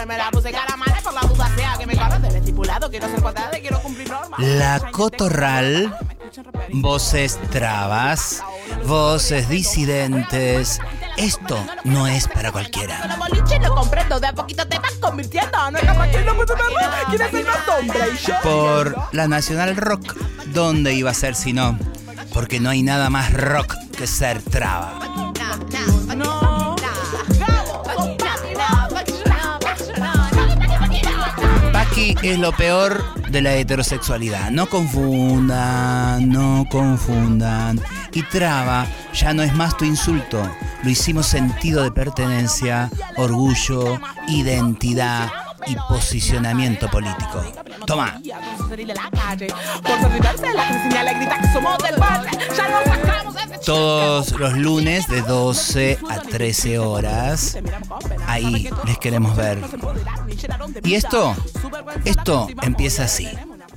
me la puse cara mala por la duda sea que me corre del estipulado. Quiero ser cuadrada y quiero cumplir normas. La Cotorral, voces trabas, voces disidentes. Esto no es para cualquiera. Los boliches lo comprendo, de a poquito te vas convirtiendo. No es capaz que no puede verlo. ¿Quieres ser más hombre y yo? Por la Nacional Rock, ¿dónde iba a ser si no? Porque no hay nada más rock que ser traba. Paqui es lo peor de la heterosexualidad. No confundan, no confundan. Y traba ya no es más tu insulto. Lo hicimos sentido de pertenencia, orgullo, identidad y posicionamiento político. Toma. Todos los lunes de 12 a 13 horas. Ahí les queremos ver. Y esto empieza así.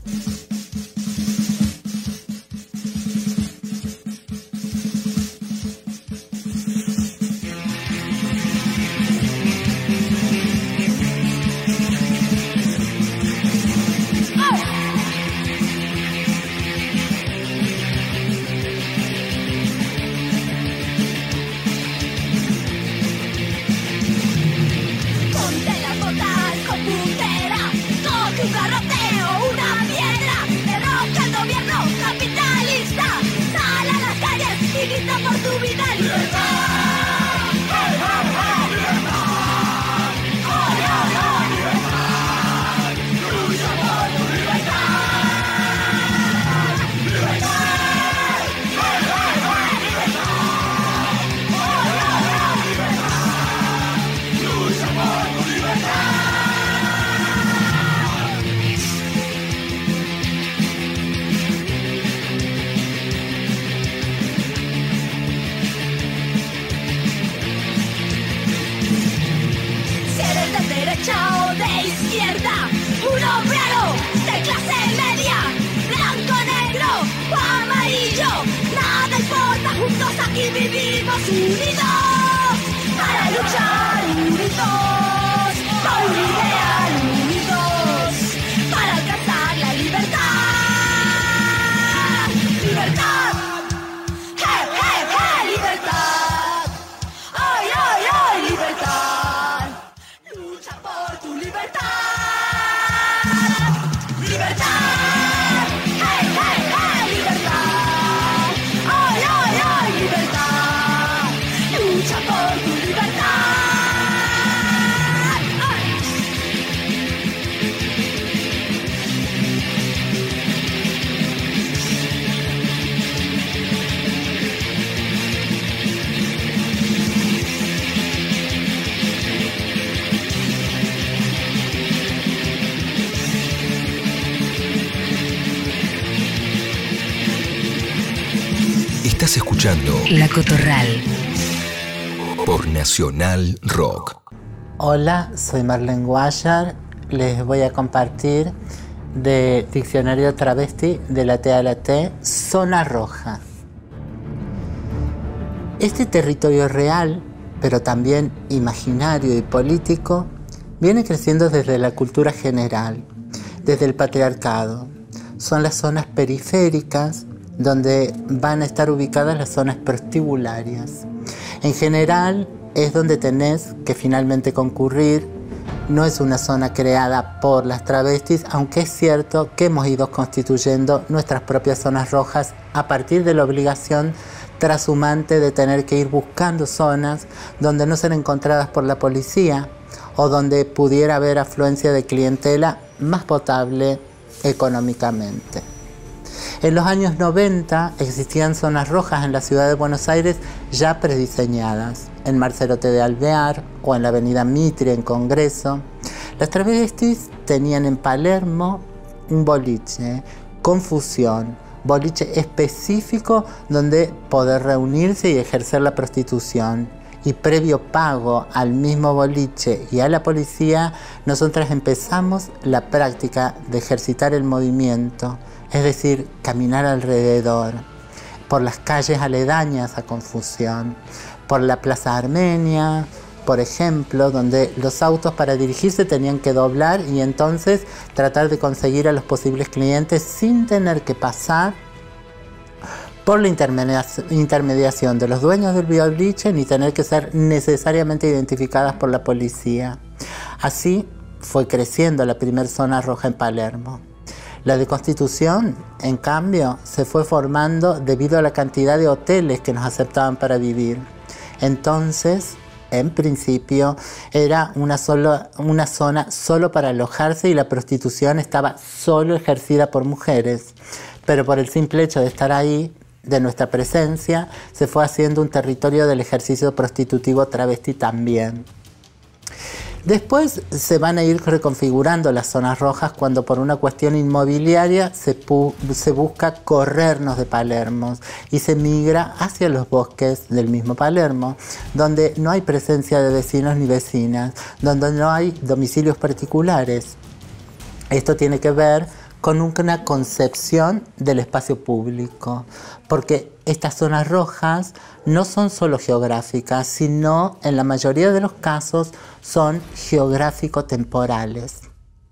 Estás escuchando La Cotorral por Nacional Rock. Hola, soy Marlene Guayar. Les voy a compartir de Diccionario Travesti de la T a la T, Zona Roja. Este territorio real, pero también imaginario y político, viene creciendo desde la cultura general, desde el patriarcado. Son las zonas periféricas donde van a estar ubicadas las zonas prostibularias. En general es donde tenés que finalmente concurrir. No es una zona creada por las travestis, aunque es cierto que hemos ido constituyendo nuestras propias zonas rojas a partir de la obligación trashumante de tener que ir buscando zonas donde no sean encontradas por la policía o donde pudiera haber afluencia de clientela más potable económicamente. En los años 90 existían zonas rojas en la ciudad de Buenos Aires ya prediseñadas, en Marcelo T. de Alvear o en la avenida Mitre en Congreso. Las travestis tenían en Palermo un boliche, Confusión, boliche específico donde poder reunirse y ejercer la prostitución. Y previo pago al mismo boliche y a la policía, nosotras empezamos la práctica de ejercitar el movimiento, es decir, caminar alrededor, por las calles aledañas a Confusión, por la Plaza Armenia por ejemplo, donde los autos para dirigirse tenían que doblar y entonces tratar de conseguir a los posibles clientes sin tener que pasar por la intermediación de los dueños del boliche ni tener que ser necesariamente identificadas por la policía. Así fue creciendo la primera zona roja en Palermo. La de Constitución, en cambio, se fue formando debido a la cantidad de hoteles que nos aceptaban para vivir. Entonces, en principio, era una zona solo para alojarse y la prostitución estaba solo ejercida por mujeres. Pero por el simple hecho de estar ahí, de nuestra presencia, se fue haciendo un territorio del ejercicio prostitutivo travesti también. Después se van a ir reconfigurando las zonas rojas cuando por una cuestión inmobiliaria se busca corrernos de Palermo y se migra hacia los bosques del mismo Palermo, donde no hay presencia de vecinos ni vecinas, donde no hay domicilios particulares. Esto tiene que ver con una concepción del espacio público, porque estas zonas rojas no son solo geográficas, sino en la mayoría de los casos son geográfico-temporales.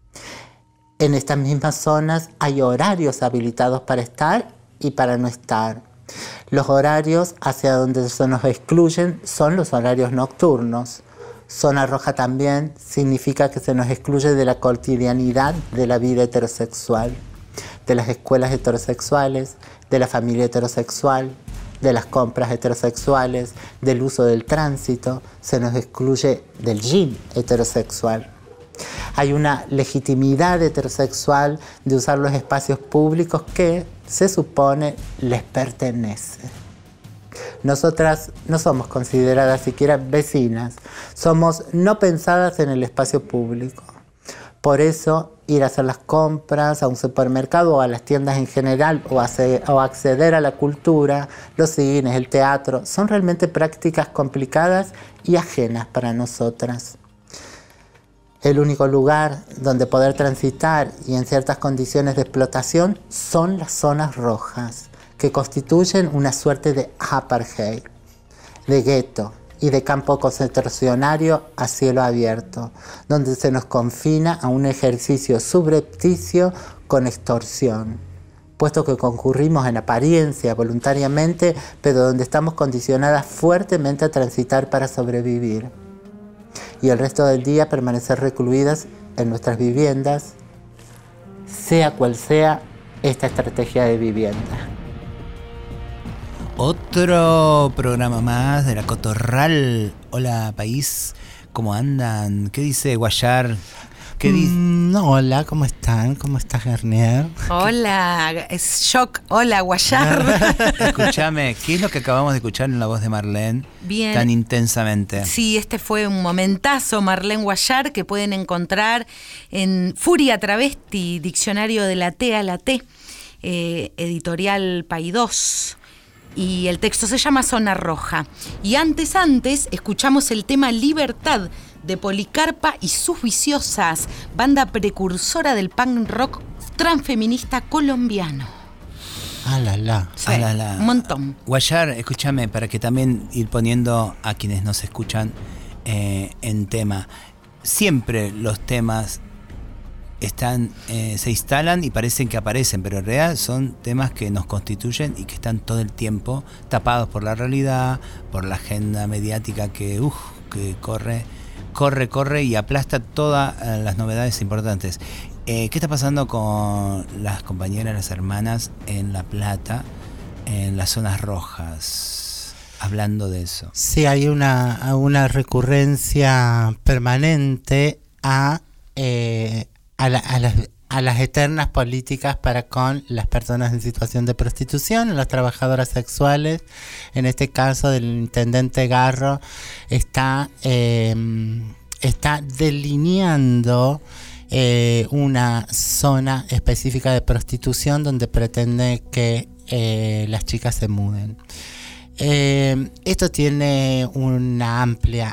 En estas mismas zonas hay horarios habilitados para estar y para no estar. Los horarios hacia donde se nos excluyen son los horarios nocturnos. Zona roja también significa que se nos excluye de la cotidianidad de la vida heterosexual, de las escuelas heterosexuales, de la familia heterosexual, de las compras heterosexuales, del uso del tránsito, se nos excluye del gym heterosexual. Hay una legitimidad heterosexual de usar los espacios públicos que se supone les pertenece. Nosotras no somos consideradas siquiera vecinas, somos no pensadas en el espacio público. Por eso, ir a hacer las compras a un supermercado o a las tiendas en general o acceder a la cultura, los cines, el teatro, son realmente prácticas complicadas y ajenas para nosotras. El único lugar donde poder transitar y en ciertas condiciones de explotación son las zonas rojas, que constituyen una suerte de apartheid, de gueto y de campo concentracionario a cielo abierto, donde se nos confina a un ejercicio subrepticio con extorsión, puesto que concurrimos en apariencia voluntariamente, pero donde estamos condicionadas fuertemente a transitar para sobrevivir. Y el resto del día permanecer recluidas en nuestras viviendas, sea cual sea esta estrategia de vivienda. Otro programa más de La Cotorral. Hola, país. ¿Cómo andan? ¿Qué dice Guayar? ¿Qué dice? Hola, ¿cómo están? ¿Cómo estás, Garnier? Hola, es shock. Hola, Guayar. Escúchame, ¿qué es lo que acabamos de escuchar en la voz de Marlene? Bien. Tan intensamente. Sí, este fue un momentazo, Marlene Guayar, que pueden encontrar en Furia Travesti, Diccionario de la T a la T, editorial Paidós. Y el texto se llama Zona Roja. Y antes, escuchamos el tema Libertad de Policarpa y sus Viciosas, banda precursora del punk rock transfeminista colombiano. Sí, un montón. Guayar, escúchame, para que también ir poniendo a quienes nos escuchan en tema. Siempre los temas se instalan y parecen que aparecen, pero en realidad son temas que nos constituyen y que están todo el tiempo tapados por la realidad, por la agenda mediática que corre y aplasta todas las novedades importantes. ¿Qué está pasando con las compañeras, las hermanas en La Plata, en las zonas rojas? Hablando de eso. Sí, hay una recurrencia permanente a las eternas políticas para con las personas en situación de prostitución, las trabajadoras sexuales. En este caso del intendente Garro está delineando una zona específica de prostitución donde pretende que las chicas se muden. Esto tiene una amplia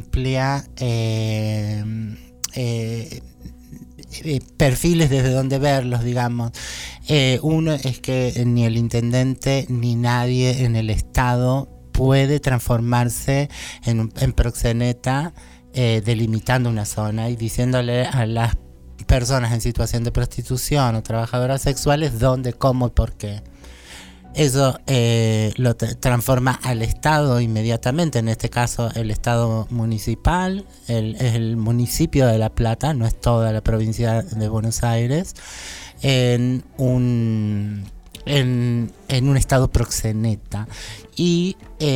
perfiles desde donde verlos, digamos. Uno es que ni el intendente ni nadie en el Estado puede transformarse en proxeneta, delimitando una zona y diciéndole a las personas en situación de prostitución o trabajadoras sexuales dónde, cómo y por qué. Eso lo transforma al Estado inmediatamente, en este caso el Estado municipal, el municipio de La Plata, no es toda la provincia de Buenos Aires, en un estado proxeneta. Y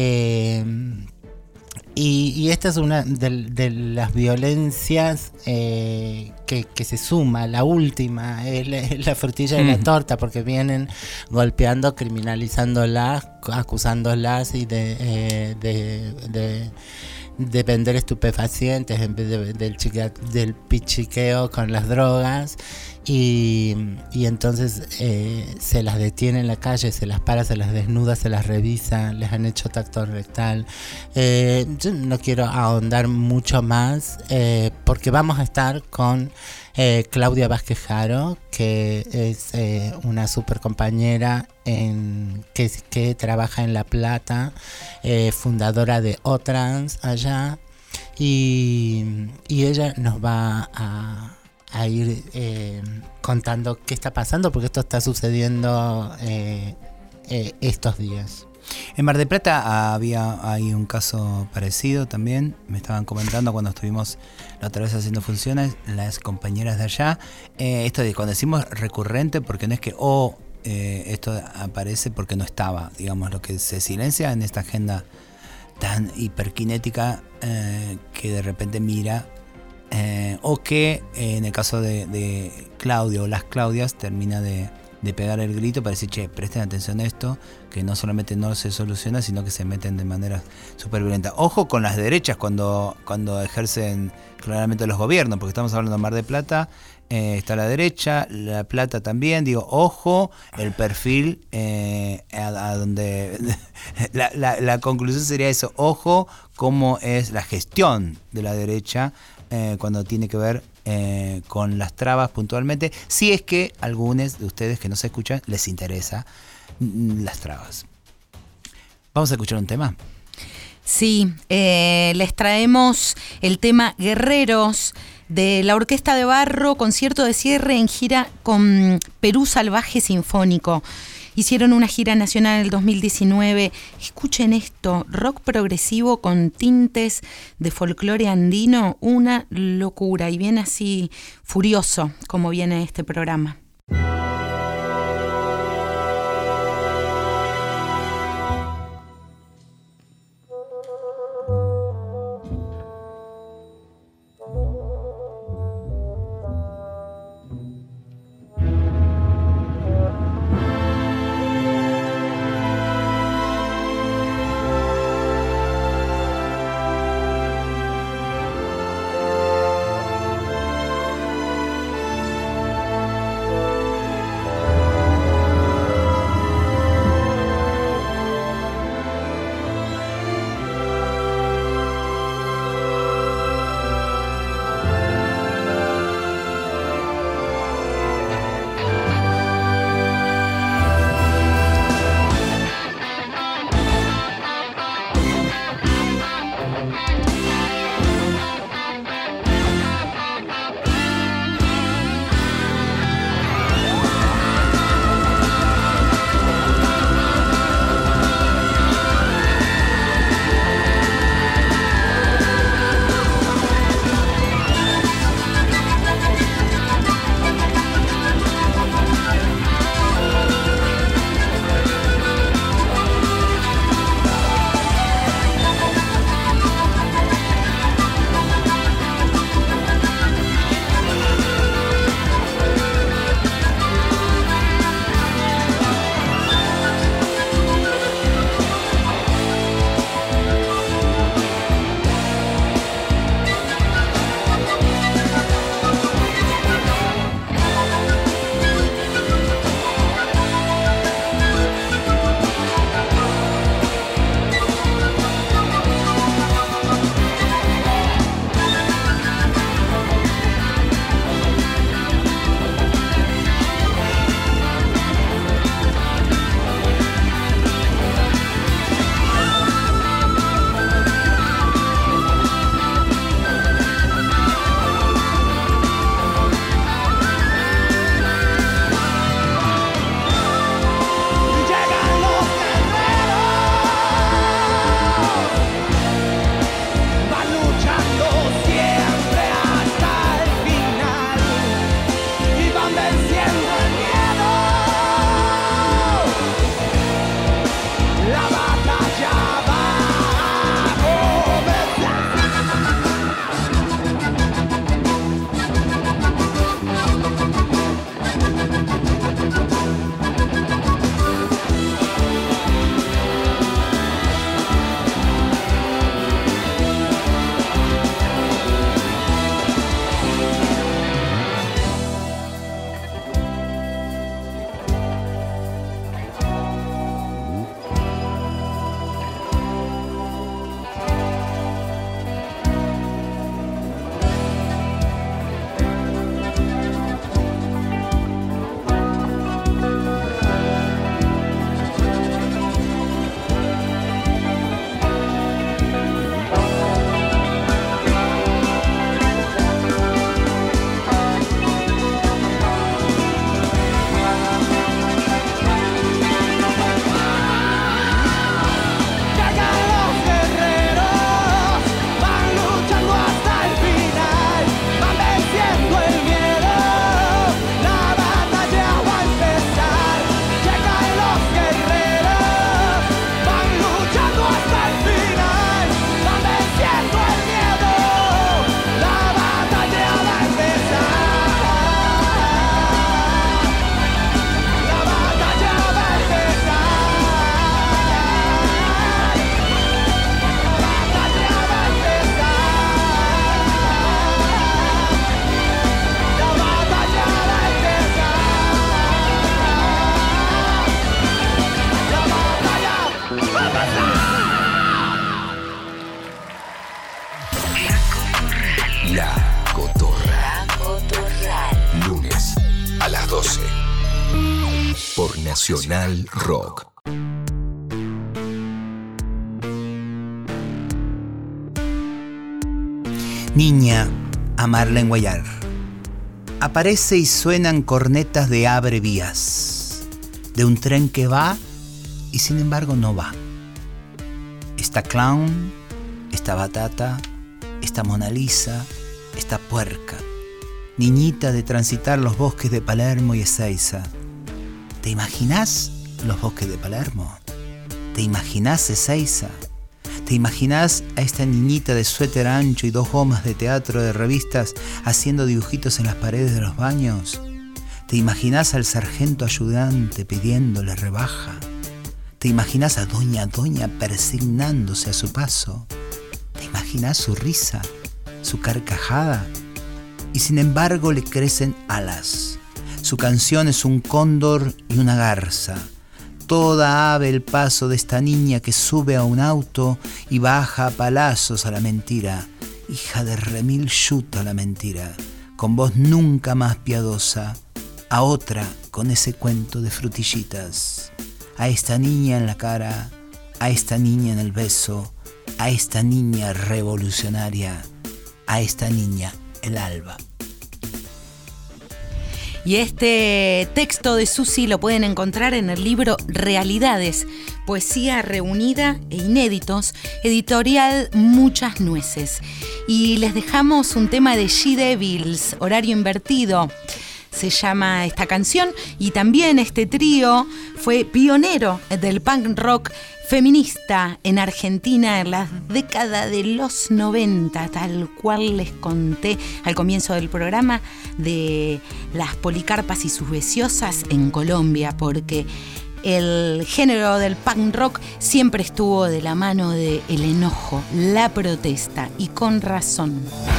esta es una de las violencias que se suma, la última, es la frutilla de la torta, porque vienen golpeando, criminalizándolas, acusándolas y de vender estupefacientes en vez del pichiqueo con las drogas. Y entonces se las detiene en la calle, se las para, se las desnuda, se las revisa, les han hecho tacto rectal. Yo no quiero ahondar mucho más porque vamos a estar con Claudia Vázquez Jaro, que es una super compañera que trabaja en La Plata, fundadora de O-Trans allá, y ella nos va a ir contando qué está pasando, porque esto está sucediendo estos días. En Mar del Plata hay un caso parecido también, me estaban comentando cuando estuvimos la otra vez haciendo funciones las compañeras de allá. Esto de cuando decimos recurrente, porque no es que esto aparece porque no estaba, digamos, lo que se silencia en esta agenda tan hiperkinética que de repente mira, o que en el caso de Claudio o las Claudias termina de pegar el grito para decir, che, presten atención a esto, que no solamente no se soluciona, sino que se meten de manera súper violenta. Ojo con las derechas cuando ejercen claramente los gobiernos, porque estamos hablando de Mar del Plata, está la derecha, La Plata también, digo, ojo, el perfil a donde la conclusión sería eso, ojo cómo es la gestión de la derecha cuando tiene que ver con las trabas puntualmente, si es que a algunos de ustedes que nos escuchan les interesa las trabas. Vamos a escuchar un tema. Sí, les traemos el tema Guerreros de la Orquesta de Barro, concierto de cierre en gira con Perú Salvaje Sinfónico. Hicieron una gira nacional en el 2019. Escuchen esto, rock progresivo con tintes de folclore andino, una locura. Y viene así furioso como viene este programa. La Cotorra. Lunes a las 12. Por Nacional Rock. Niña a Marlene Guayar. Aparece y suenan cornetas de abre vías, de un tren que va y sin embargo no va. Está clown, está batata, está Mona Lisa, está puerca. Niñita de transitar los bosques de Palermo y Ezeiza. ¿Te imaginás los bosques de Palermo? ¿Te imaginás Ezeiza? ¿Te imaginás a esta niñita de suéter ancho y 2 gomas de teatro de revistas haciendo dibujitos en las paredes de los baños? ¿Te imaginás al sargento ayudante pidiéndole rebaja? ¿Te imaginás a Doña persignándose a su paso? ¿Te imaginás su risa, su carcajada? Y sin embargo le crecen alas. Su canción es un cóndor y una garza. Toda ave el paso de esta niña que sube a un auto y baja a palazos a la mentira. Hija de remil yuta la mentira, con voz nunca más piadosa. A otra con ese cuento de frutillitas. A esta niña en la cara, a esta niña en el beso, a esta niña revolucionaria, a esta niña el alba. Y este texto de Susi lo pueden encontrar en el libro Realidades, poesía reunida e inéditos, editorial Muchas Nueces. Y les dejamos un tema de She Devils, Horario Invertido. Se llama esta canción, y también este trío fue pionero del punk rock feminista en Argentina en la década de los 90, tal cual les conté al comienzo del programa de las Policarpas y sus Beciosas en Colombia, porque el género del punk rock siempre estuvo de la mano del enojo, la protesta, y con razón.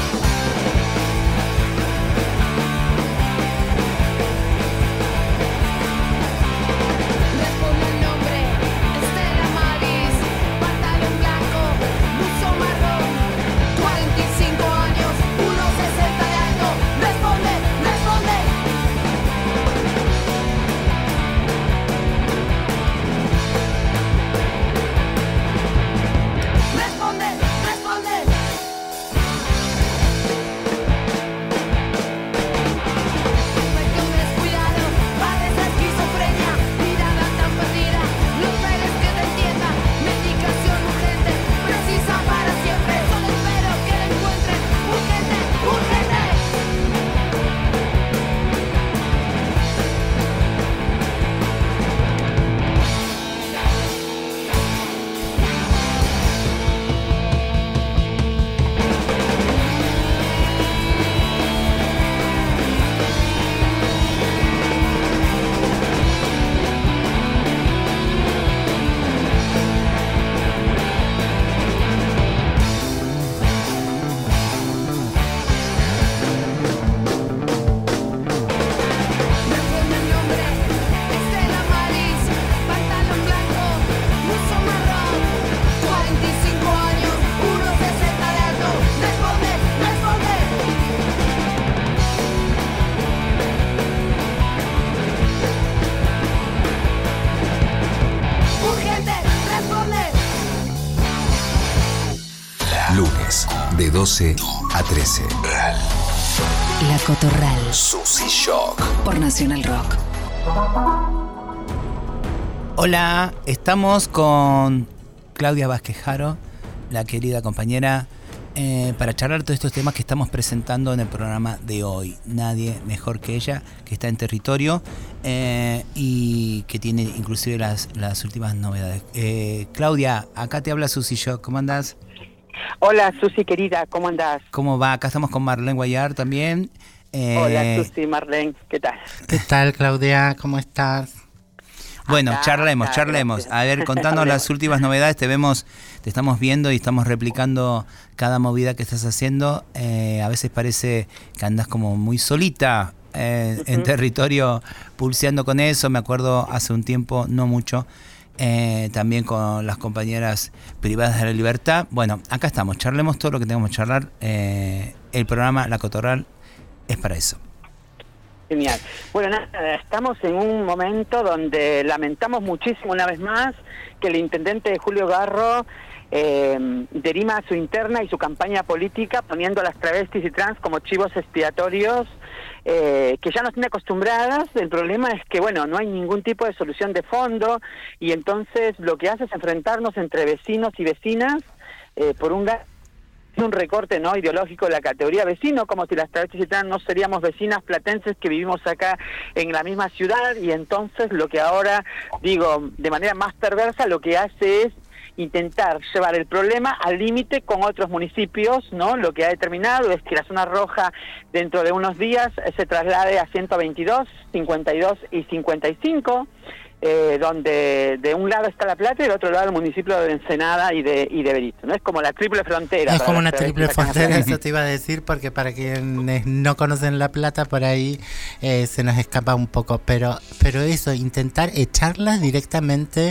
De 12 a 13. La Cotorral. Susi Shock. Por Nacional Rock. Hola, estamos con Claudia Vázquez Jaro, la querida compañera, para charlar todos estos temas que estamos presentando en el programa de hoy. Nadie mejor que ella, que está en territorio y que tiene inclusive las últimas novedades. Claudia, acá te habla Susi Shock, ¿cómo andás? Hola Susi querida, ¿cómo andás? ¿Cómo va? Acá estamos con Marlene Guayar también. Hola Susi, Marlene, ¿qué tal? ¿Qué tal, Claudia? ¿Cómo estás? Bueno, Acá, charlemos. gracias. A ver, contanos las últimas novedades. Te estamos viendo y estamos replicando cada movida que estás haciendo. A veces parece que andas como muy solita en territorio, pulseando con eso. Me acuerdo hace un tiempo, no mucho, también con las compañeras privadas de la libertad. Bueno, acá estamos, charlemos todo lo que tengamos que charlar. El programa La Cotorral es para eso. Genial. Bueno, nada, estamos en un momento donde lamentamos muchísimo una vez más que el intendente Julio Garro derima su interna y su campaña política poniendo a las travestis y trans como chivos expiatorios que ya nos tiene acostumbradas. El problema es que, bueno, no hay ningún tipo de solución de fondo y entonces lo que hace es enfrentarnos entre vecinos y vecinas por un recorte no ideológico de la categoría vecino, como si las travestis y trans no seríamos vecinas platenses que vivimos acá en la misma ciudad, y entonces lo que ahora, digo, de manera más perversa, lo que hace es intentar llevar el problema al límite con otros municipios, ¿no? Lo que ha determinado es que la zona roja dentro de unos días se traslade a 122, 52 y 55, donde de un lado está La Plata y del otro lado el municipio de Ensenada y de Berito, ¿no? Es como la triple frontera. Es como una triple frontera, eso te iba a decir, porque para quienes no conocen La Plata, por ahí se nos escapa un poco, pero eso, intentar echarlas directamente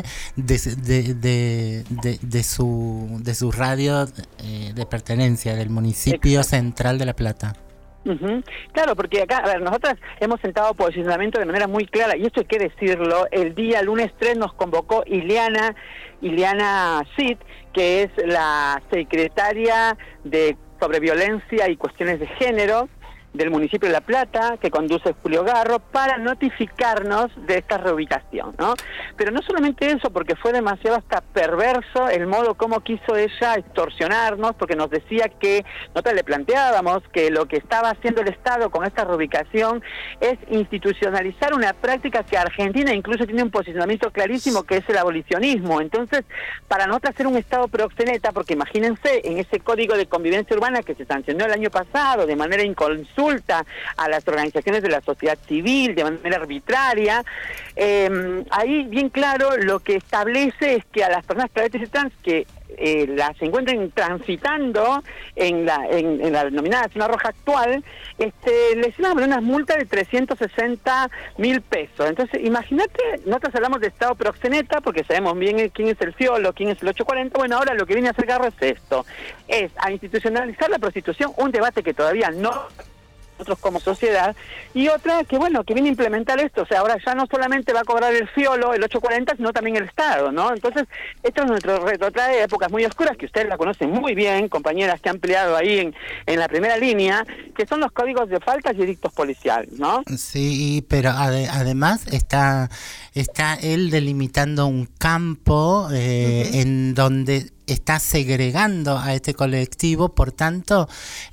de su radio de pertenencia, del municipio central de La Plata. Uh-huh. Claro, porque acá, a ver, nosotras hemos sentado posicionamiento de manera muy clara, y esto hay que decirlo. El día lunes 3 nos convocó Ileana Cid, que es la secretaria sobre violencia y cuestiones de género del municipio de La Plata, que conduce Julio Garro, para notificarnos de esta reubicación, ¿no? Pero no solamente eso, porque fue demasiado hasta perverso el modo como quiso ella extorsionarnos, porque nos decía que, nosotros le planteábamos que lo que estaba haciendo el Estado con esta reubicación es institucionalizar una práctica que Argentina incluso tiene un posicionamiento clarísimo, que es el abolicionismo. Entonces, para nosotros hacer un Estado proxeneta, porque imagínense, en ese Código de Convivencia Urbana que se sancionó el año pasado de manera inconsulta a las organizaciones de la sociedad civil de manera arbitraria, ahí bien claro lo que establece es que a las personas travestis y trans que las encuentren transitando en la denominada zona roja actual, les iban a poner unas multas de 360.000 pesos. Entonces, imagínate, nosotros hablamos de Estado proxeneta porque sabemos bien quién es el Fiolo, quién es el 840. Bueno, ahora lo que viene a hacer Garro es esto, es a institucionalizar la prostitución, un debate que todavía no nosotros como sociedad, y otra que, bueno, que viene a implementar esto. O sea, ahora ya no solamente va a cobrar el Fiolo, el 840, sino también el Estado, ¿no? Entonces, esto es nuestro reto, trae épocas muy oscuras que ustedes la conocen muy bien, compañeras que han peleado ahí en la primera línea, que son los códigos de faltas y edictos policiales, ¿no? Sí, pero además está él delimitando un campo en donde está segregando a este colectivo, por tanto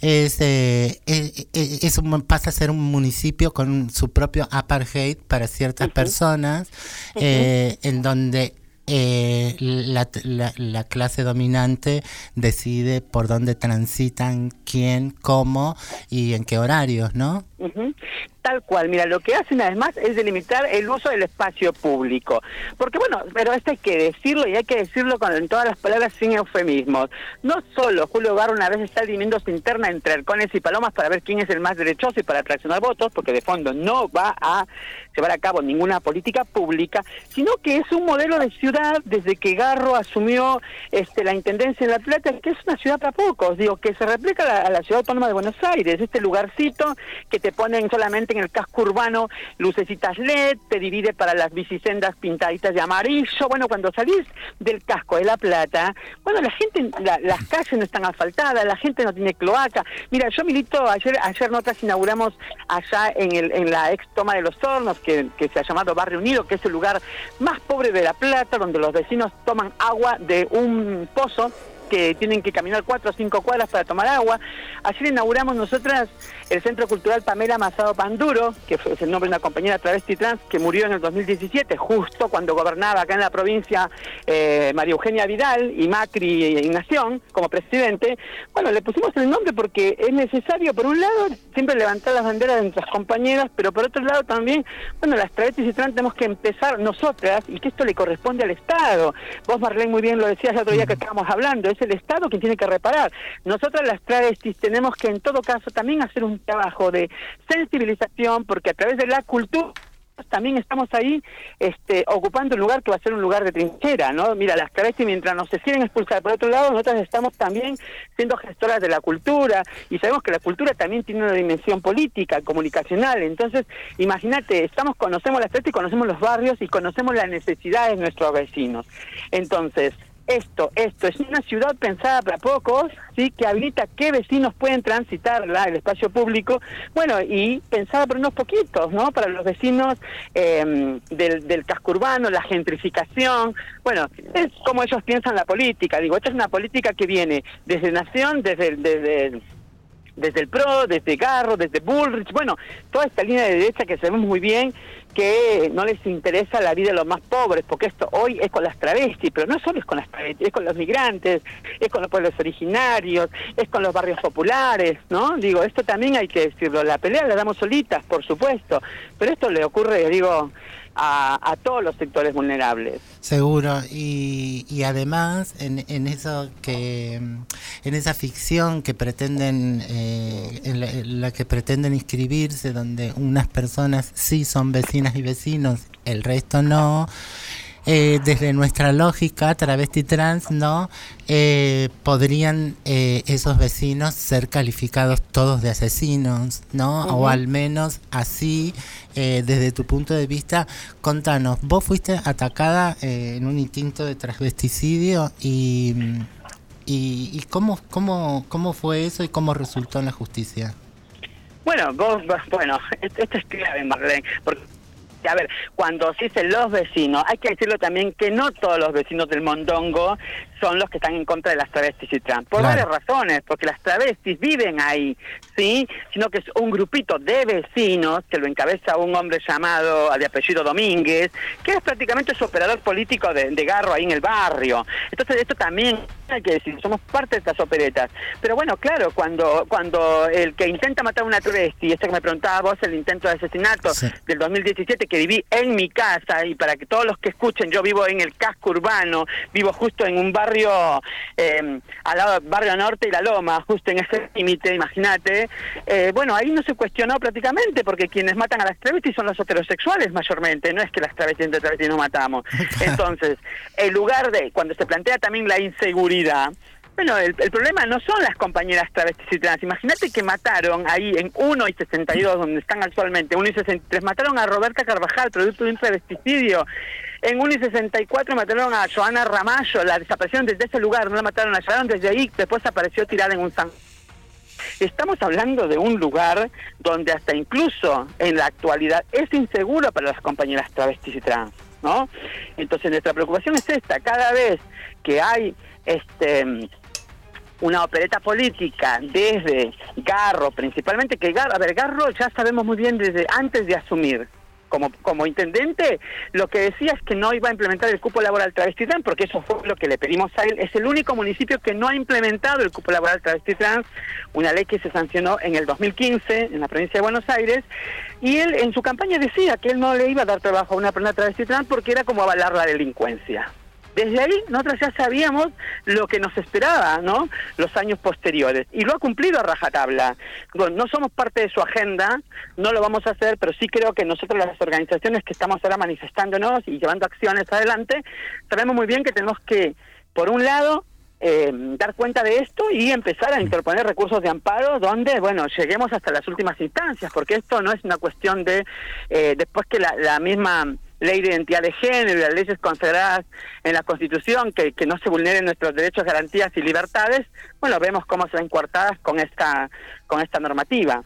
pasa a ser un municipio con su propio apartheid para ciertas personas, en donde la clase dominante decide por dónde transitan, quién, cómo y en qué horarios, ¿no? Tal cual, mira, lo que hacen además es delimitar el uso del espacio público, porque bueno, pero esto hay que decirlo, y hay que decirlo con todas las palabras sin eufemismos. No solo Julio Garro una vez está dirimiendo su interna entre halcones y palomas para ver quién es el más derechoso y para atraccionar votos, porque de fondo no va a llevar a cabo ninguna política pública, sino que es un modelo de ciudad desde que Garro asumió la intendencia en La Plata, que es una ciudad para pocos, digo, que se replica a la ciudad autónoma de Buenos Aires, este lugarcito que te ponen solamente en el casco urbano lucecitas LED, te divide para las bicisendas pintaditas de amarillo. Bueno, cuando salís del casco de La Plata, bueno, la gente, las calles no están asfaltadas, la gente no tiene cloaca. Mira, yo milito, ayer nosotras inauguramos allá en la ex Toma de los Hornos, que se ha llamado Barrio Unido, que es el lugar más pobre de La Plata, donde los vecinos toman agua de un pozo, que tienen que caminar 4 o 5 cuadras para tomar agua. Ayer inauguramos nosotras el Centro Cultural Pamela Masado Panduro, que fue el nombre de una compañera travesti trans que murió en el 2017, justo cuando gobernaba acá en la provincia María Eugenia Vidal y Macri y Ignación como presidente. Bueno, le pusimos el nombre porque es necesario, por un lado, siempre levantar las banderas de nuestras compañeras, pero por otro lado también, bueno, las travestis y trans tenemos que empezar nosotras, y que esto le corresponde al Estado. Vos, Marlene, muy bien lo decías el otro día que estábamos hablando, es el Estado quien tiene que reparar. Nosotras las travestis tenemos que en todo caso también hacer un trabajo de sensibilización, porque a través de la cultura también estamos ahí ocupando un lugar que va a ser un lugar de trinchera, ¿no? Mira, las travestis, mientras nos se quieren expulsar por otro lado, nosotras estamos también siendo gestoras de la cultura, y sabemos que la cultura también tiene una dimensión política, comunicacional. Entonces, imagínate, conocemos las travestis, conocemos los barrios y conocemos las necesidades de nuestros vecinos. Entonces, esto es una ciudad pensada para pocos, sí, que habilita qué vecinos pueden transitar el espacio público, bueno, y pensada para unos poquitos, ¿no? Para los vecinos del casco urbano, la gentrificación. Bueno, es como ellos piensan la política. Digo, esta es una política que viene desde Nación, desde el PRO, desde Garro, desde Bullrich, bueno, toda esta línea de derecha que sabemos muy bien que no les interesa la vida de los más pobres, porque esto hoy es con las travestis, pero no solo es con las travestis, es con los migrantes, es con los pueblos originarios, es con los barrios populares, ¿no? Digo, esto también hay que decirlo, la pelea la damos solitas, por supuesto, pero esto le ocurre, digo, a todos los sectores vulnerables. Seguro, y además en eso que en esa ficción que pretenden en la que pretenden inscribirse, donde unas personas sí son vecinas y vecinos, el resto no. Desde nuestra lógica travesti trans, ¿no? Podrían esos vecinos ser calificados todos de asesinos, ¿no? Uh-huh. O al menos así, desde tu punto de vista, contanos, vos fuiste atacada en un intento de transvesticidio y cómo fue eso y cómo resultó en la justicia. Bueno, esto es clave, Marlene, porque a ver, cuando se dicen los vecinos, hay que decirlo también que no todos los vecinos del Mondongo son los que están en contra de las travestis y trans, por varias razones, porque las travestis viven ahí, ¿sí? Sino que es un grupito de vecinos que lo encabeza un hombre llamado, de apellido Domínguez, que es prácticamente su operador político de Garro ahí en el barrio. Entonces esto también hay que decir, somos parte de estas operetas. Pero bueno, claro, cuando el que intenta matar a una travesti, que me preguntaba vos, el intento de asesinato del 2017 que viví en mi casa, y para que todos los que escuchen, yo vivo en el casco urbano, vivo justo en un barrio al lado del barrio Norte y La Loma, justo en ese límite, imagínate. Bueno, ahí no se cuestionó prácticamente, porque quienes matan a las travestis son los heterosexuales mayormente, no es que las travestis entre travestis no matamos. Entonces, en lugar de, cuando se plantea también la inseguridad, bueno, el problema no son las compañeras travestis y trans. Imagínate que mataron ahí en 1 y 62, donde están actualmente, 1 y 63, mataron a Roberta Carvajal, producto de un travesticidio. En 1 y 64 mataron a Joana Ramallo, la desaparecieron desde ese lugar, no la mataron, la llevaron desde ahí, después apareció tirada en un san. Estamos hablando de un lugar donde hasta incluso en la actualidad es inseguro para las compañeras travestis y trans, ¿no? Entonces nuestra preocupación es esta, cada vez que hay una opereta política desde Garro, principalmente, que Garro ya sabemos muy bien desde antes de asumir como intendente, lo que decía es que no iba a implementar el cupo laboral travesti trans, porque eso fue lo que le pedimos a él. Es el único municipio que no ha implementado el cupo laboral travesti trans, una ley que se sancionó en el 2015 en la provincia de Buenos Aires, y él en su campaña decía que él no le iba a dar trabajo a una persona travesti trans porque era como avalar la delincuencia. Desde ahí nosotros ya sabíamos lo que nos esperaba, ¿no? Los años posteriores, y lo ha cumplido a rajatabla. Bueno, no somos parte de su agenda, no lo vamos a hacer, pero sí creo que nosotros, las organizaciones que estamos ahora manifestándonos y llevando acciones adelante, sabemos muy bien que tenemos que, por un lado, dar cuenta de esto y empezar a interponer recursos de amparo donde, bueno, lleguemos hasta las últimas instancias, porque esto no es una cuestión de, después que la misma ley de identidad de género y las leyes consagradas en la Constitución, que no se vulneren nuestros derechos, garantías y libertades, bueno, vemos cómo se ven coartadas con esta normativa.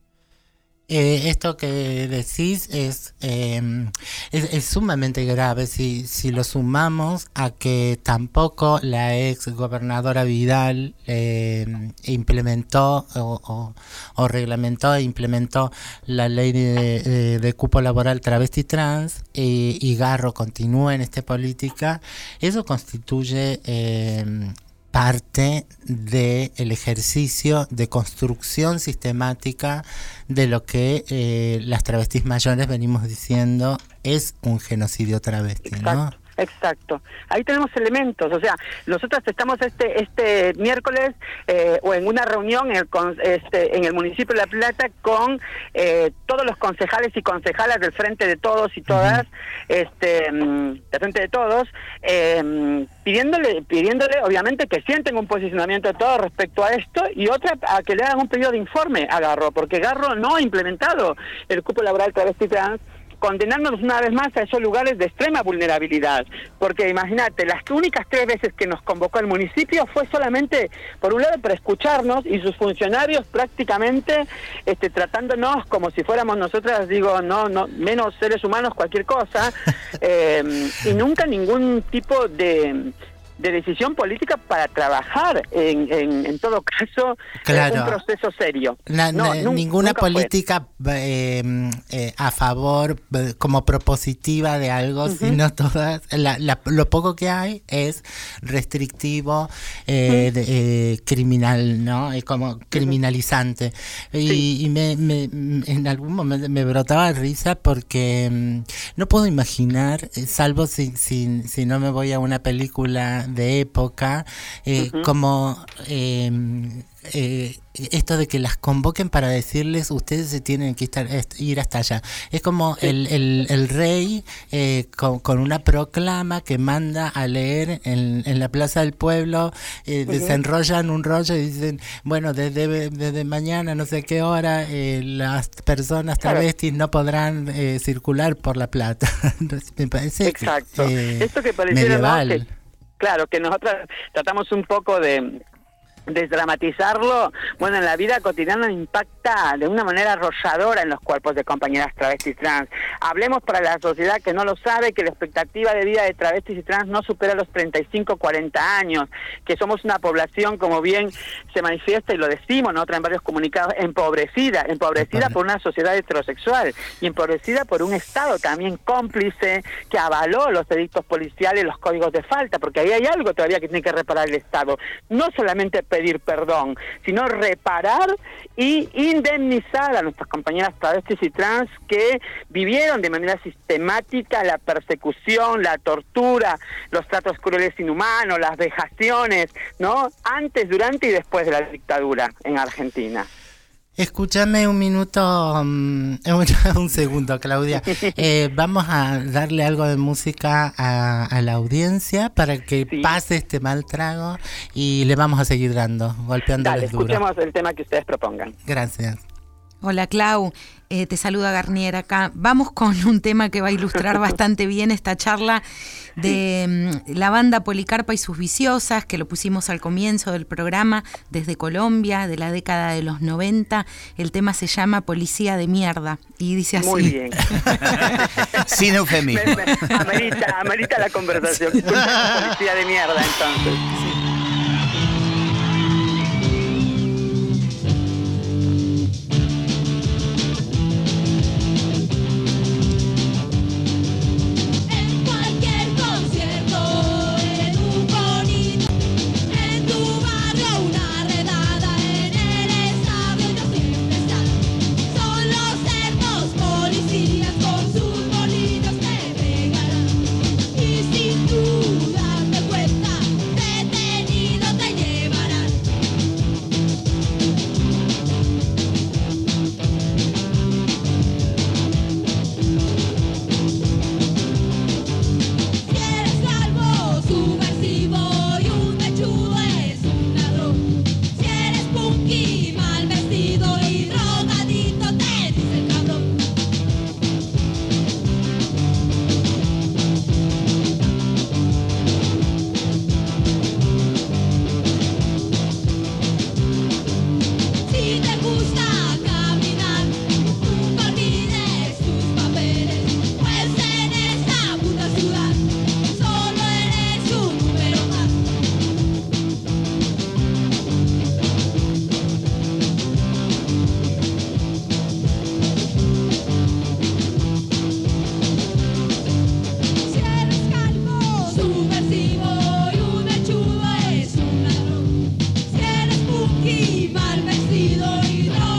Esto que decís es sumamente grave si lo sumamos a que tampoco la ex gobernadora Vidal implementó o reglamentó e implementó la ley de cupo laboral travesti trans, y Garro continúa en esta política. Eso constituye parte del ejercicio de construcción sistemática de lo que las travestis mayores venimos diciendo es un genocidio travesti, ¿no? Exacto. Ahí tenemos elementos. O sea, nosotros estamos este miércoles o en una reunión en el municipio de La Plata con todos los concejales y concejalas del Frente de Todos y todas, del Frente de Todos, pidiéndole obviamente que sienten un posicionamiento de todos respecto a esto, y otra a que le hagan un pedido de informe a Garro, porque Garro no ha implementado el cupo laboral travesti trans, condenándonos una vez más a esos lugares de extrema vulnerabilidad, porque imagínate, las únicas 3 veces que nos convocó el municipio fue solamente, por un lado, para escucharnos, y sus funcionarios prácticamente tratándonos como si fuéramos nosotras, no menos seres humanos, cualquier cosa, y nunca ningún tipo de decisión política para trabajar en todo caso, claro, un proceso serio. Ninguna nunca política a favor, como propositiva de algo, sino todas, lo poco que hay es restrictivo, criminal, ¿no? Es como criminalizante. Y en algún momento me brotaba risa porque no puedo imaginar, salvo si no me voy a una película de época, como esto de que las convoquen para decirles ustedes se tienen que ir hasta allá. Es como el rey con una proclama que manda a leer en la Plaza del Pueblo, desenrollan un rollo y dicen, bueno, desde mañana no sé qué hora las personas travestis no podrán circular por La Plata. Me parece exacto. Esto que pareciera medieval. Claro, que nosotros tratamos un poco de desdramatizarlo. Bueno, en la vida cotidiana impacta de una manera arrolladora en los cuerpos de compañeras travestis trans. Hablemos para la sociedad que no lo sabe, que la expectativa de vida de travestis y trans no supera los 35-40 años, que somos una población, como bien se manifiesta y lo decimos nosotros en varios comunicados, empobrecida por una sociedad heterosexual y empobrecida por un Estado también cómplice que avaló los edictos policiales, los códigos de falta, porque ahí hay algo todavía que tiene que reparar el Estado. No solamente pedir perdón, sino reparar y indemnizar a nuestras compañeras travestis y trans que vivieron de manera sistemática la persecución, la tortura, los tratos crueles inhumanos, las vejaciones, ¿no? Antes, durante y después de la dictadura en Argentina. Escúchame un minuto, un segundo, Claudia. Vamos a darle algo de música a la audiencia para que pase este mal trago y le vamos a seguir golpeándoles duro. Escuchemos el tema que ustedes propongan. Gracias. Hola Clau, te saluda Garnier acá. Vamos con un tema que va a ilustrar bastante bien esta charla de la banda Policarpa y sus Viciosas, que lo pusimos al comienzo del programa, desde Colombia, de la década de los 90. El tema se llama Policía de Mierda y dice así. Muy bien. Sin eufemismo. Amerita la conversación. Policía de Mierda, entonces. Sí. Mal vestido y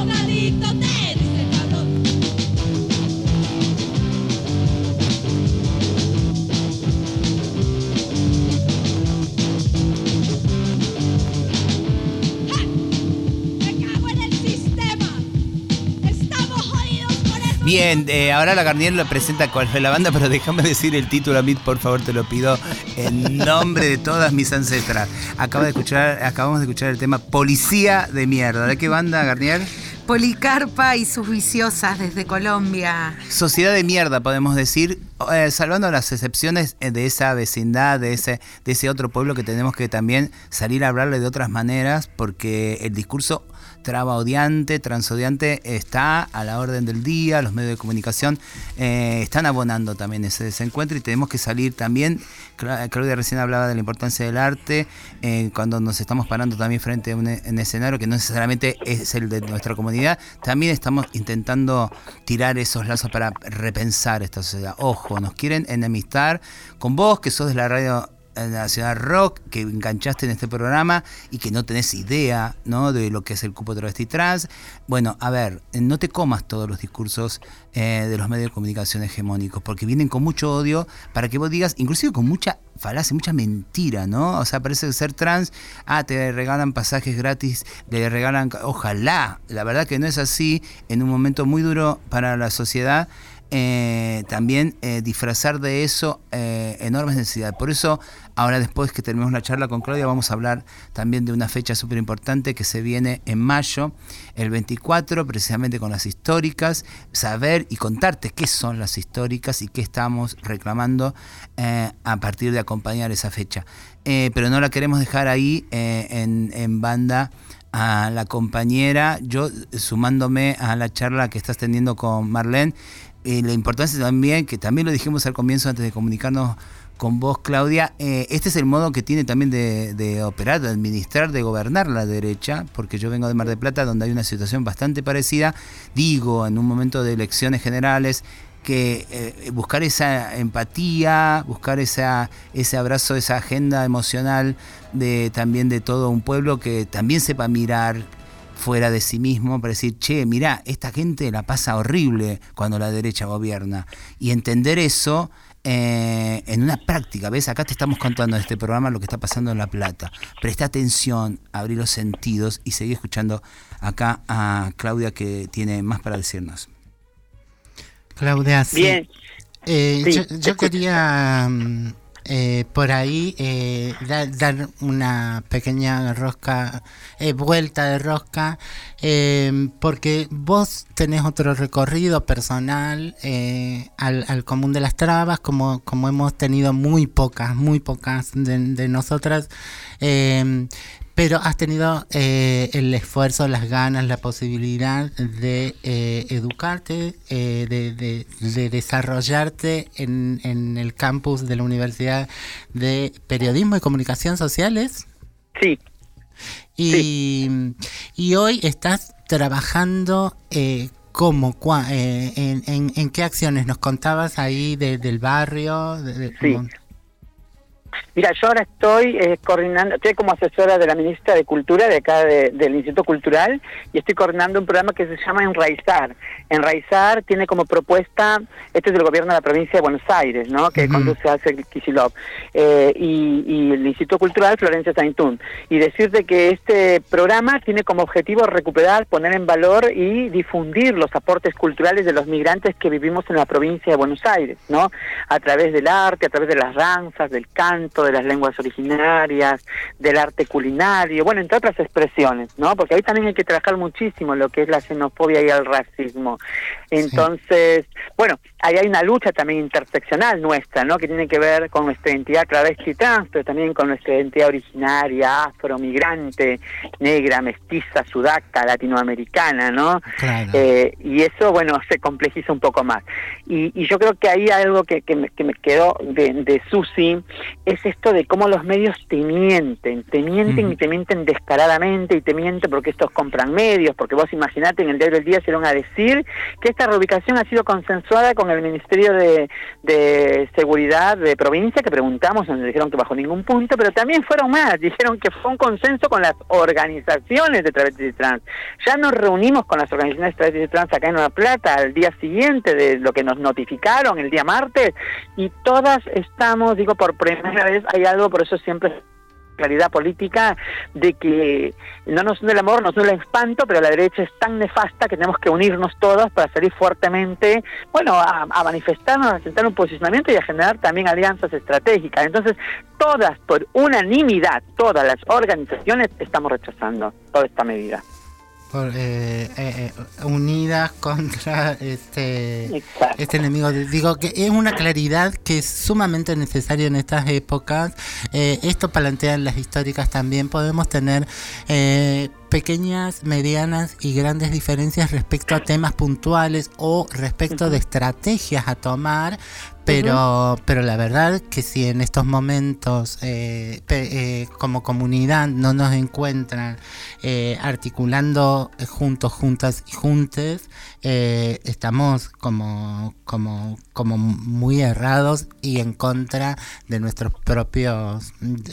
Bien, ahora la Garnier lo presenta cuál fue la banda, pero déjame decir el título a mí, por favor, te lo pido, en nombre de todas mis ancestras. Acabamos de escuchar el tema Policía de Mierda. ¿De qué banda, Garnier? Policarpa y sus viciosas desde Colombia. Sociedad de mierda, podemos decir, salvando las excepciones de esa vecindad, de ese otro pueblo que tenemos que también salir a hablarle de otras maneras, porque el discurso trabaodiante, transodiante está a la orden del día, los medios de comunicación están abonando también ese desencuentro y tenemos que salir también. Claudia recién hablaba de la importancia del arte, cuando nos estamos parando también frente a un escenario que no necesariamente es el de nuestra comunidad, también estamos intentando tirar esos lazos para repensar esta sociedad. Ojo, nos quieren enemistar con vos, que sos de la radio Nacional Rock, que enganchaste en este programa y que no tenés idea, ¿no?, de lo que es el cupo travesti trans. Bueno, a ver, no te comas todos los discursos de los medios de comunicación hegemónicos, porque vienen con mucho odio para que vos digas, inclusive con mucha falacia, mucha mentira, ¿no? O sea, parece que ser trans, te regalan pasajes gratis, le regalan, ojalá, la verdad que no es así, en un momento muy duro para la sociedad. También disfrazar de eso enormes necesidades. Por eso, ahora después que terminemos la charla con Claudia, vamos a hablar también de una fecha súper importante que se viene en mayo, el 24, precisamente con las históricas, saber y contarte qué son las históricas y qué estamos reclamando a partir de acompañar esa fecha. Pero no la queremos dejar ahí en banda a la compañera, yo sumándome a la charla que estás teniendo con Marlene. La importancia también, que también lo dijimos al comienzo antes de comunicarnos con vos, Claudia, este es el modo que tiene también de operar, de administrar, de gobernar la derecha, porque yo vengo de Mar del Plata, donde hay una situación bastante parecida, digo, en un momento de elecciones generales, que buscar esa empatía, buscar ese abrazo, esa agenda emocional también de todo un pueblo que también sepa mirar fuera de sí mismo para decir, che, mirá, esta gente la pasa horrible cuando la derecha gobierna. Y entender eso en una práctica. ¿Ves? Acá te estamos contando en este programa lo que está pasando en La Plata. Presta atención, abrí los sentidos y seguí escuchando acá a Claudia, que tiene más para decirnos. Claudia, sí. Bien. Yo quería por ahí dar una pequeña vuelta de rosca, porque vos tenés otro recorrido personal al común de las trabas, como hemos tenido muy pocas de nosotras, pero has tenido el esfuerzo, las ganas, la posibilidad de educarte, de desarrollarte en el campus de la Universidad de Periodismo y Comunicación Sociales. Sí. Y hoy estás trabajando ¿cómo? ¿En qué acciones? Nos contabas ahí del barrio. Sí. Mira, yo ahora estoy coordinando, estoy como asesora de la ministra de Cultura de acá del Instituto Cultural, y estoy coordinando un programa que se llama Enraizar. Enraizar tiene como propuesta, este es del gobierno de la provincia de Buenos Aires, ¿no?, que conduce a Kicillof, y el Instituto Cultural Florencia Saintún. Y decirte que este programa tiene como objetivo recuperar, poner en valor y difundir los aportes culturales de los migrantes que vivimos en la provincia de Buenos Aires, ¿no?, a través del arte, a través de las danzas, del canto, de las lenguas originarias, del arte culinario, bueno, entre otras expresiones, ¿no? Porque ahí también hay que trabajar muchísimo lo que es la xenofobia y el racismo. Entonces, bueno, ahí hay una lucha también interseccional nuestra, ¿no?, que tiene que ver con nuestra identidad travesti trans, pero también con nuestra identidad originaria, afro, migrante, negra, mestiza, sudaca, latinoamericana, ¿no? Claro. Y eso, bueno, se complejiza un poco más. Y yo creo que ahí algo que me quedó de Susi es esto de cómo los medios te mienten y te mienten descaradamente, y te mienten porque estos compran medios, porque vos imaginate, en el Diario del Día se van a decir que esta reubicación ha sido consensuada con el Ministerio de Seguridad de provincia, que preguntamos, nos dijeron que bajo ningún punto, pero también fueron más, dijeron que fue un consenso con las organizaciones de travestis y trans. Ya nos reunimos con las organizaciones de travestis y trans acá en La Plata al día siguiente de lo que nos notificaron el día martes, y todas estamos, digo, por primera vez hay algo, por eso siempre claridad política de que no nos une el amor, nos une el espanto, pero la derecha es tan nefasta que tenemos que unirnos todos para salir fuertemente, bueno, a manifestarnos, a sentar un posicionamiento y a generar también alianzas estratégicas. Entonces, todas, por unanimidad, todas las organizaciones estamos rechazando toda esta medida. Unidas contra este enemigo. Digo que es una claridad que es sumamente necesaria en estas épocas. Esto plantean las históricas también. Podemos tener pequeñas, medianas y grandes diferencias respecto a temas puntuales o respecto de estrategias a tomar, pero la verdad que si en estos momentos como comunidad no nos encuentran articulando juntos, juntas y juntes, estamos como muy errados y en contra de nuestros propios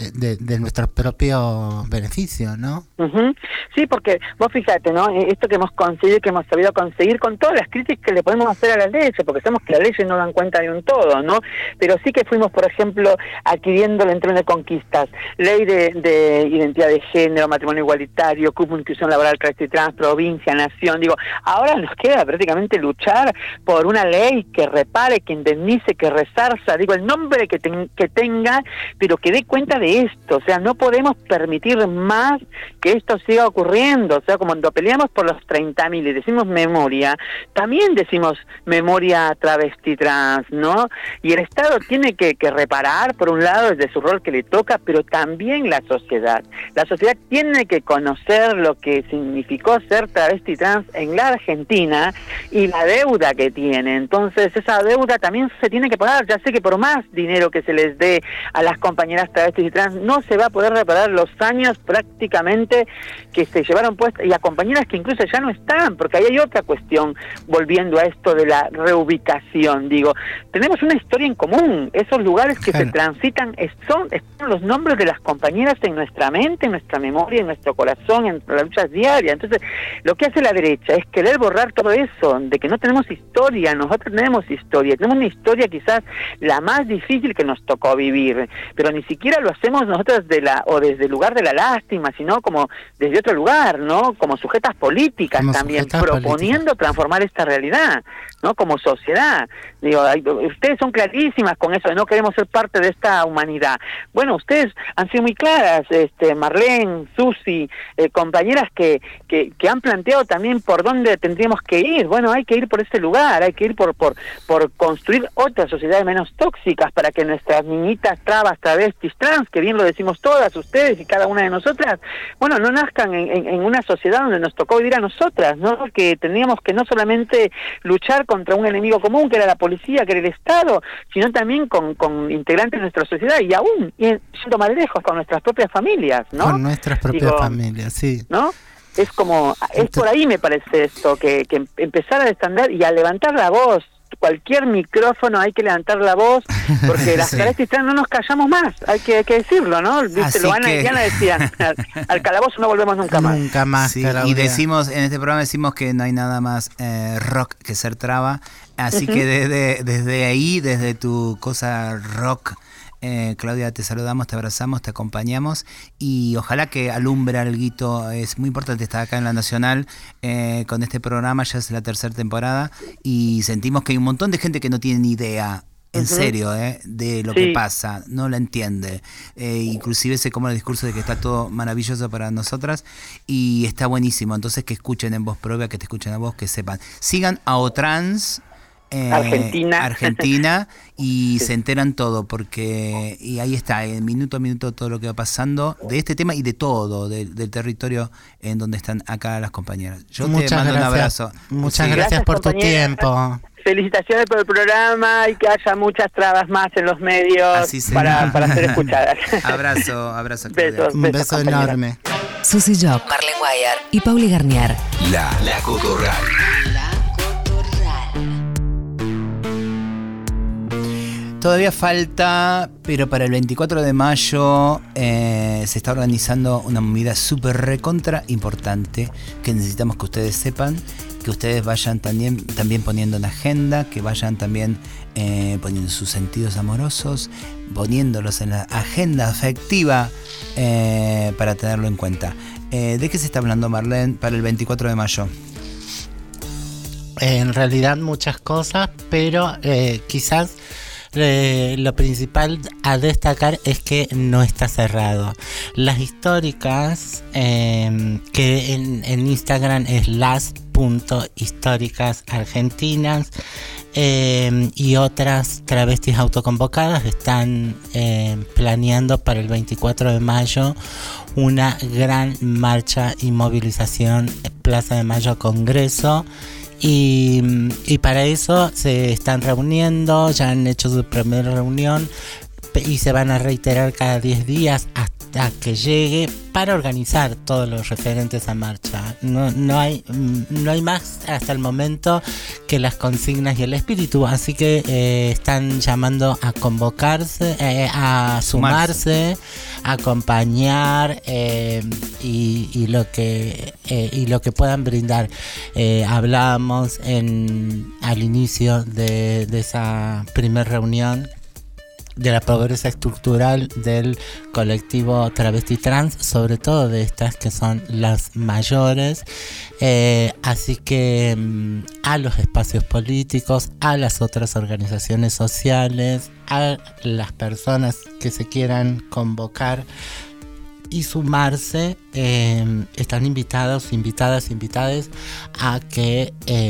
de nuestros propios beneficios, ¿no? Sí, porque vos fíjate, ¿no? Esto que hemos conseguido, que hemos sabido conseguir con todas las críticas que le podemos hacer a las leyes, porque sabemos que las leyes no dan cuenta de un todo, ¿no? Pero sí que fuimos, por ejemplo, adquiriendo el tren de conquistas, ley de identidad de género, matrimonio igualitario, cupo, inclusión laboral, travesti trans, provincia, nación. Digo, ahora nos queda prácticamente luchar por una ley que repare, que indemnice, que resarza, digo, el nombre que tenga, pero que dé cuenta de esto. O sea, no podemos permitir más que esto siga ocurriendo. O sea, como cuando peleamos por los 30.000 y decimos memoria, también decimos memoria travesti trans, ¿no? Y el Estado tiene que reparar, por un lado, desde su rol que le toca, pero también la sociedad. La sociedad tiene que conocer lo que significó ser travesti trans en la Argentina y la deuda que tiene. Entonces, esa deuda también se tiene que pagar. Ya sé que por más dinero que se les dé a las compañeras travestis y trans, no se va a poder reparar los años prácticamente que se llevaron puestas, y a compañeras que incluso ya no están, porque ahí hay otra cuestión, volviendo a esto de la reubicación. Digo, tenemos una historia en común. Esos lugares que se transitan están los nombres de las compañeras en nuestra mente, en nuestra memoria, en nuestro corazón, en las luchas diarias. Entonces, lo que hace la derecha es querer borrar todo eso, de que no tenemos historia. Nosotros tenemos historia, tenemos una historia quizás la más difícil que nos tocó vivir, pero ni siquiera lo hacemos nosotros desde el lugar de la lástima, sino como desde otro lugar, ¿no? Como sujetas políticas como también, sujetas proponiendo políticas. Transformar esta realidad, ¿no? Como sociedad. Digo, ustedes son clarísimas con eso de no queremos ser parte de esta humanidad. Bueno, ustedes han sido muy claras, Marlene, Susi, compañeras que han planteado también por dónde tendríamos que ir. Bueno, hay que ir por ese lugar, hay que ir por construir otras sociedades menos tóxicas para que nuestras niñitas trabas, travestis, trans, que bien lo decimos todas, ustedes y cada una de nosotras, bueno, no nazcan en una sociedad donde nos tocó vivir a nosotras, ¿no? Que teníamos que no solamente luchar contra un enemigo común, que era la policía, que era el Estado, sino también con integrantes de nuestra sociedad y aún yendo más lejos con nuestras propias familias, ¿no? Con nuestras propias familias, sí. ¿No? Es como, es por ahí me parece esto, que empezar a destandar y a levantar la voz. Cualquier micrófono hay que levantar la voz, porque las travestis trans no nos callamos más, hay que decirlo, ¿no? Dice Loana y Diana decían, al calabozo no volvemos nunca más. Nunca más, sí, y decimos, en este programa decimos que no hay nada más rock que ser traba, así que desde ahí, desde tu cosa rock, Claudia, te saludamos, te abrazamos, te acompañamos y ojalá que alumbre alguito. Es muy importante estar acá en La Nacional con este programa, ya es la 3ª temporada y sentimos que hay un montón de gente que no tiene ni idea, en serio, de lo que pasa, no la entiende. Inclusive se come el discurso de que está todo maravilloso para nosotras y está buenísimo. Entonces que escuchen en voz propia, que te escuchen a vos, que sepan. Sigan a Otrans Argentina y se enteran todo porque y ahí está, minuto a minuto todo lo que va pasando de este tema y de todo del territorio en donde están acá las compañeras. Yo te mando un abrazo. Muchas gracias por tu tiempo. Felicitaciones por el programa y que haya muchas trabas más en los medios para ser escuchadas. Abrazo. Un beso enorme. Susi Jock, Marlene Guayar y Pauli Garnier. La Cotorral. Todavía falta, pero para el 24 de mayo se está organizando una movida súper recontra importante que necesitamos que ustedes sepan, que ustedes vayan también poniendo en agenda, que vayan también poniendo sus sentidos amorosos, poniéndolos en la agenda afectiva para tenerlo en cuenta. ¿De qué se está hablando, Marlene, para el 24 de mayo? En realidad muchas cosas, pero quizás lo principal a destacar es que no está cerrado. Las históricas, que en Instagram es las.históricas argentinas, y otras travestis autoconvocadas están planeando para el 24 de mayo una gran marcha y movilización Plaza de Mayo Congreso. Y para eso se están reuniendo, ya han hecho su primera reunión y se van a reiterar cada 10 días hasta que llegue para organizar todos los referentes a marcha. No hay más hasta el momento que las consignas y el espíritu, así que están llamando a convocarse, a sumarse, a acompañar y lo que puedan brindar. Hablábamos al inicio de esa primera reunión de la pobreza estructural del colectivo travesti trans, sobre todo de estas que son las mayores, así que a los espacios políticos, a las otras organizaciones sociales, a las personas que se quieran convocar y sumarse, están invitados, invitadas a que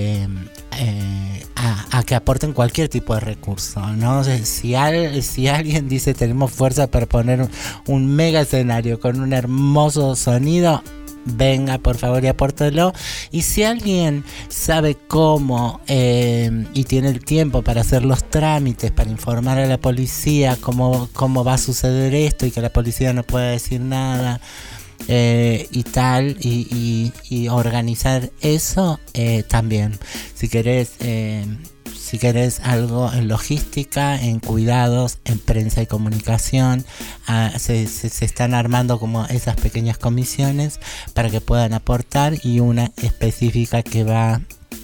aporten cualquier tipo de recurso, ¿no? Si alguien dice tenemos fuerza para poner un mega escenario con un hermoso sonido, venga por favor y apórtelo. Y si alguien sabe cómo y tiene el tiempo para hacer los trámites, para informar a la policía cómo va a suceder esto y que la policía no pueda decir nada, y tal, y organizar eso, también. Si querés algo en logística, en cuidados, en prensa y comunicación, se están armando como esas pequeñas comisiones para que puedan aportar, y una específica que va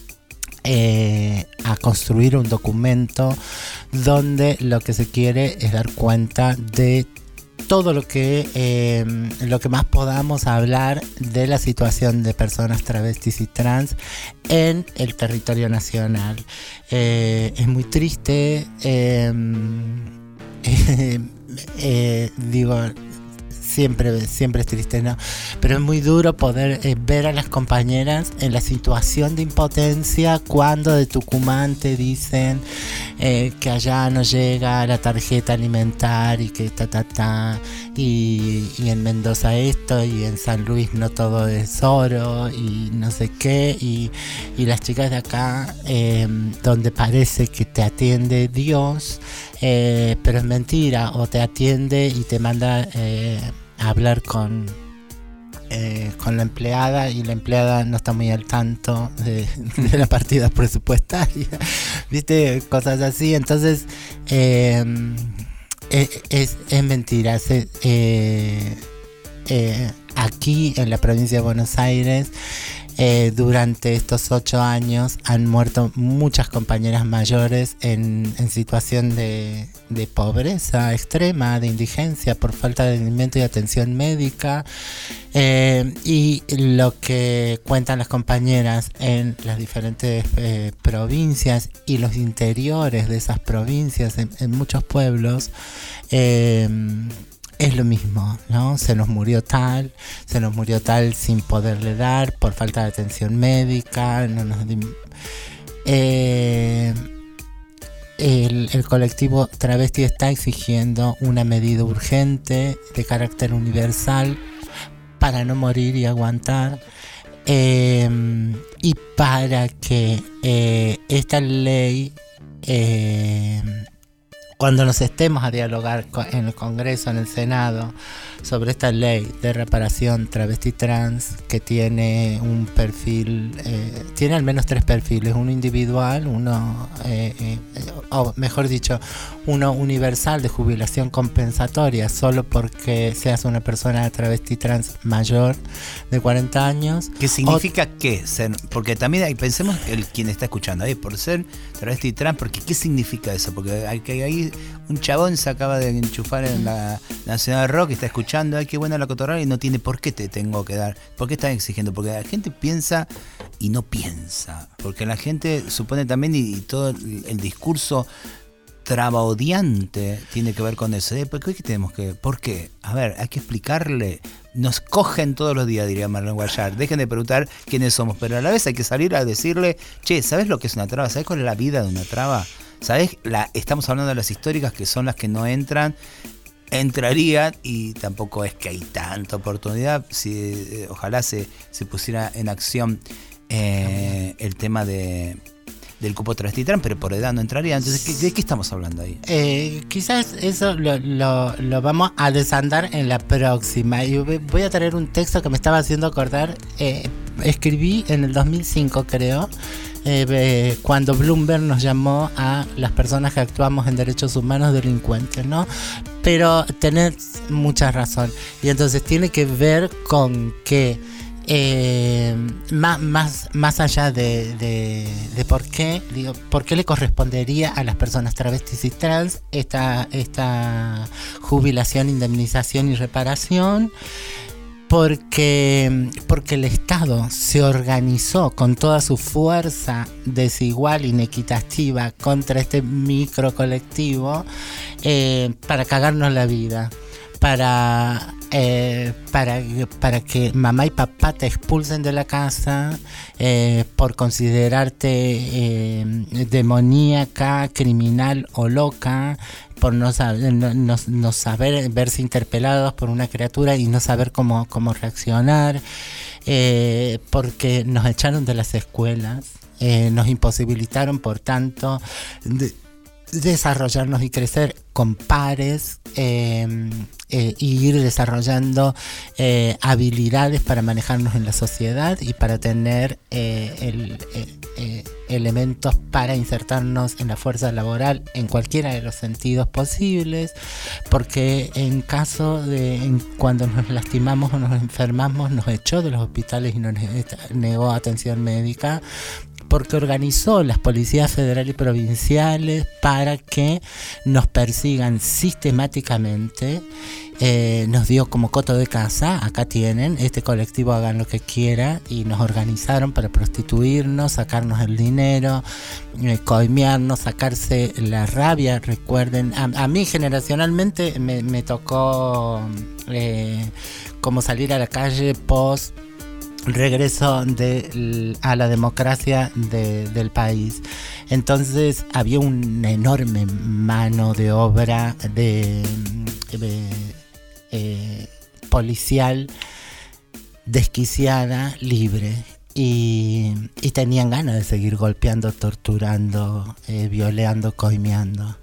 a construir un documento donde lo que se quiere es dar cuenta de todo lo que más podamos hablar de la situación de personas travestis y trans en el territorio nacional. Es muy triste, digo, siempre es triste, ¿no? Pero es muy duro poder ver a las compañeras en la situación de impotencia cuando de Tucumán te dicen que allá no llega la tarjeta alimentar y que y en Mendoza esto, y en San Luis no todo es oro y no sé qué, y las chicas de acá, donde parece que te atiende Dios, pero es mentira, o te atiende y te manda a hablar con la empleada, y la empleada no está muy al tanto de la partida presupuestaria, ¿viste? Cosas así. Entonces es mentira. Aquí en la provincia de Buenos Aires, durante estos 8 años han muerto muchas compañeras mayores en situación de pobreza extrema, de indigencia, por falta de alimento y atención médica, y lo que cuentan las compañeras en las diferentes provincias y los interiores de esas provincias, en muchos pueblos, es lo mismo, ¿no? Se nos murió tal sin poderle dar por falta de atención médica. El colectivo travesti está exigiendo una medida urgente de carácter universal para no morir y aguantar, y para que esta ley cuando nos estemos a dialogar en el Congreso, en el Senado, sobre esta ley de reparación travesti trans, que tiene un perfil, tiene al menos 3 perfiles, uno individual, uno, o mejor dicho, uno universal de jubilación compensatoria, solo porque seas una persona travesti trans mayor de 40 años. ¿Qué significa qué? Porque también pensemos quien está escuchando, por ser travesti trans, porque ¿qué significa eso? Porque hay un chabón se acaba de enchufar en la Nacional Rock y está escuchando, ay, qué buena la cotorral, y no tiene por qué te tengo que dar. ¿Por qué están exigiendo? Porque la gente piensa y no piensa. Porque la gente supone también, y todo el discurso trabaodiante tiene que ver con eso. ¿Por qué tenemos que? ¿Por qué? A ver, hay que explicarle. Nos cogen todos los días, diría Marlene Guayar. Dejen de preguntar quiénes somos, pero a la vez hay que salir a decirle, che, ¿sabes lo que es una traba? ¿Sabes cuál es la vida de una traba? ¿Sabes? Estamos hablando de las históricas, que son las que no entrarían, y tampoco es que hay tanta oportunidad. Si, ojalá se pusiera en acción el tema del cupo travesti trans, pero por edad no entraría. Entonces, ¿de qué estamos hablando ahí? Quizás eso lo vamos a desandar en la próxima. Y voy a traer un texto que me estaba haciendo acordar. Escribí en el 2005, creo, cuando Bloomberg nos llamó a las personas que actuamos en derechos humanos delincuentes, ¿no? Pero tenés mucha razón. Y entonces tiene que ver con que más allá de por qué le correspondería a las personas travestis y trans esta jubilación, indemnización y reparación, porque el Estado se organizó con toda su fuerza desigual, inequitativa contra este micro colectivo, para cagarnos la vida, para que mamá y papá te expulsen de la casa por considerarte demoníaca, criminal o loca, por no saber verse interpelados por una criatura y no saber cómo reaccionar, porque nos echaron de las escuelas, nos imposibilitaron, por tanto, desarrollarnos y crecer con pares, y ir desarrollando habilidades para manejarnos en la sociedad y para tener elementos para insertarnos en la fuerza laboral en cualquiera de los sentidos posibles, porque en caso de cuando nos lastimamos o nos enfermamos, nos echó de los hospitales y nos negó atención médica, porque organizó las policías federales y provinciales para que nos persigan sistemáticamente. Nos dio como coto de casa, acá tienen, este colectivo hagan lo que quiera, y nos organizaron para prostituirnos, sacarnos el dinero, coimearnos, sacarse la rabia. Recuerden, a mí generacionalmente me tocó como salir a la calle post regreso a la democracia del país. Entonces había una enorme mano de obra policial desquiciada, libre, y tenían ganas de seguir golpeando, torturando, violeando, coimeando.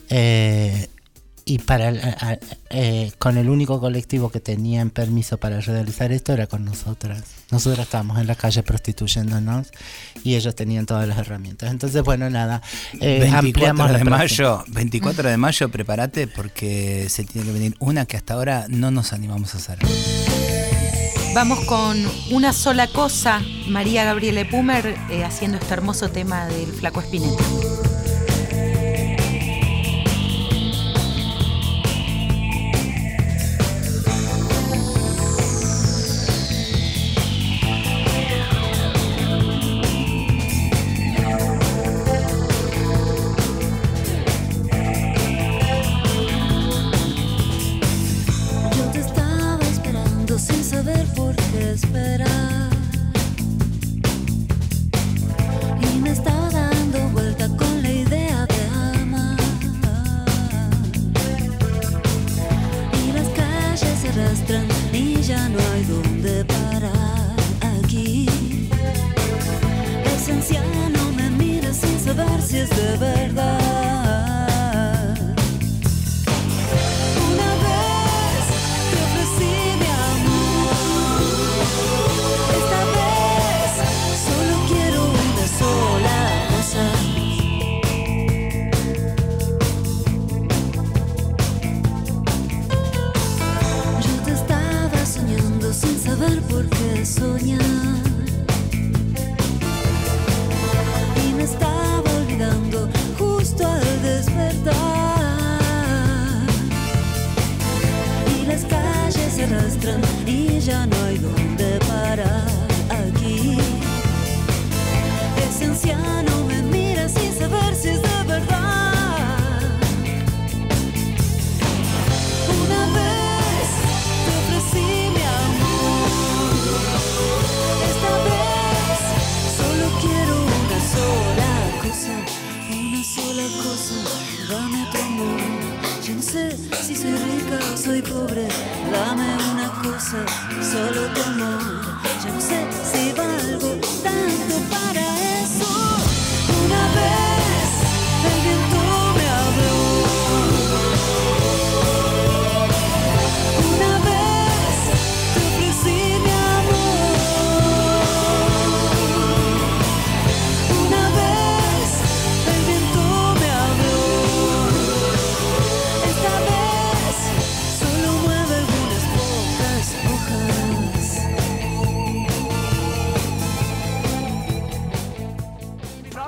Y con el único colectivo que tenían permiso para realizar esto era con nosotras. Nosotras estábamos en la calle prostituyéndonos y ellos tenían todas las herramientas. Entonces, bueno, nada. 24 de mayo, prepárate, porque se tiene que venir una que hasta ahora no nos animamos a hacer. Vamos con Una sola cosa, María Gabriela Pumer haciendo este hermoso tema del Flaco Spinetta. Y me estaba dando vuelta con la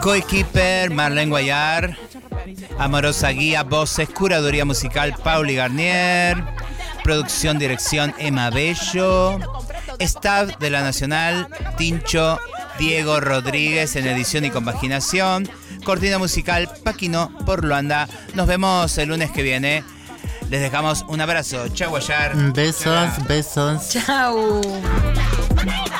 Coequiper, Marlene Guayar. Amorosa guía, voces, curaduría musical, Pauli Garnier. Producción, dirección, Emma Bello. Staff de la Nacional, Tincho, Diego Rodríguez en edición y compaginación. Cortina musical, Paquino por Luanda. Nos vemos el lunes que viene. Les dejamos un abrazo. Chau, Guayar. Besos, besos. Chau.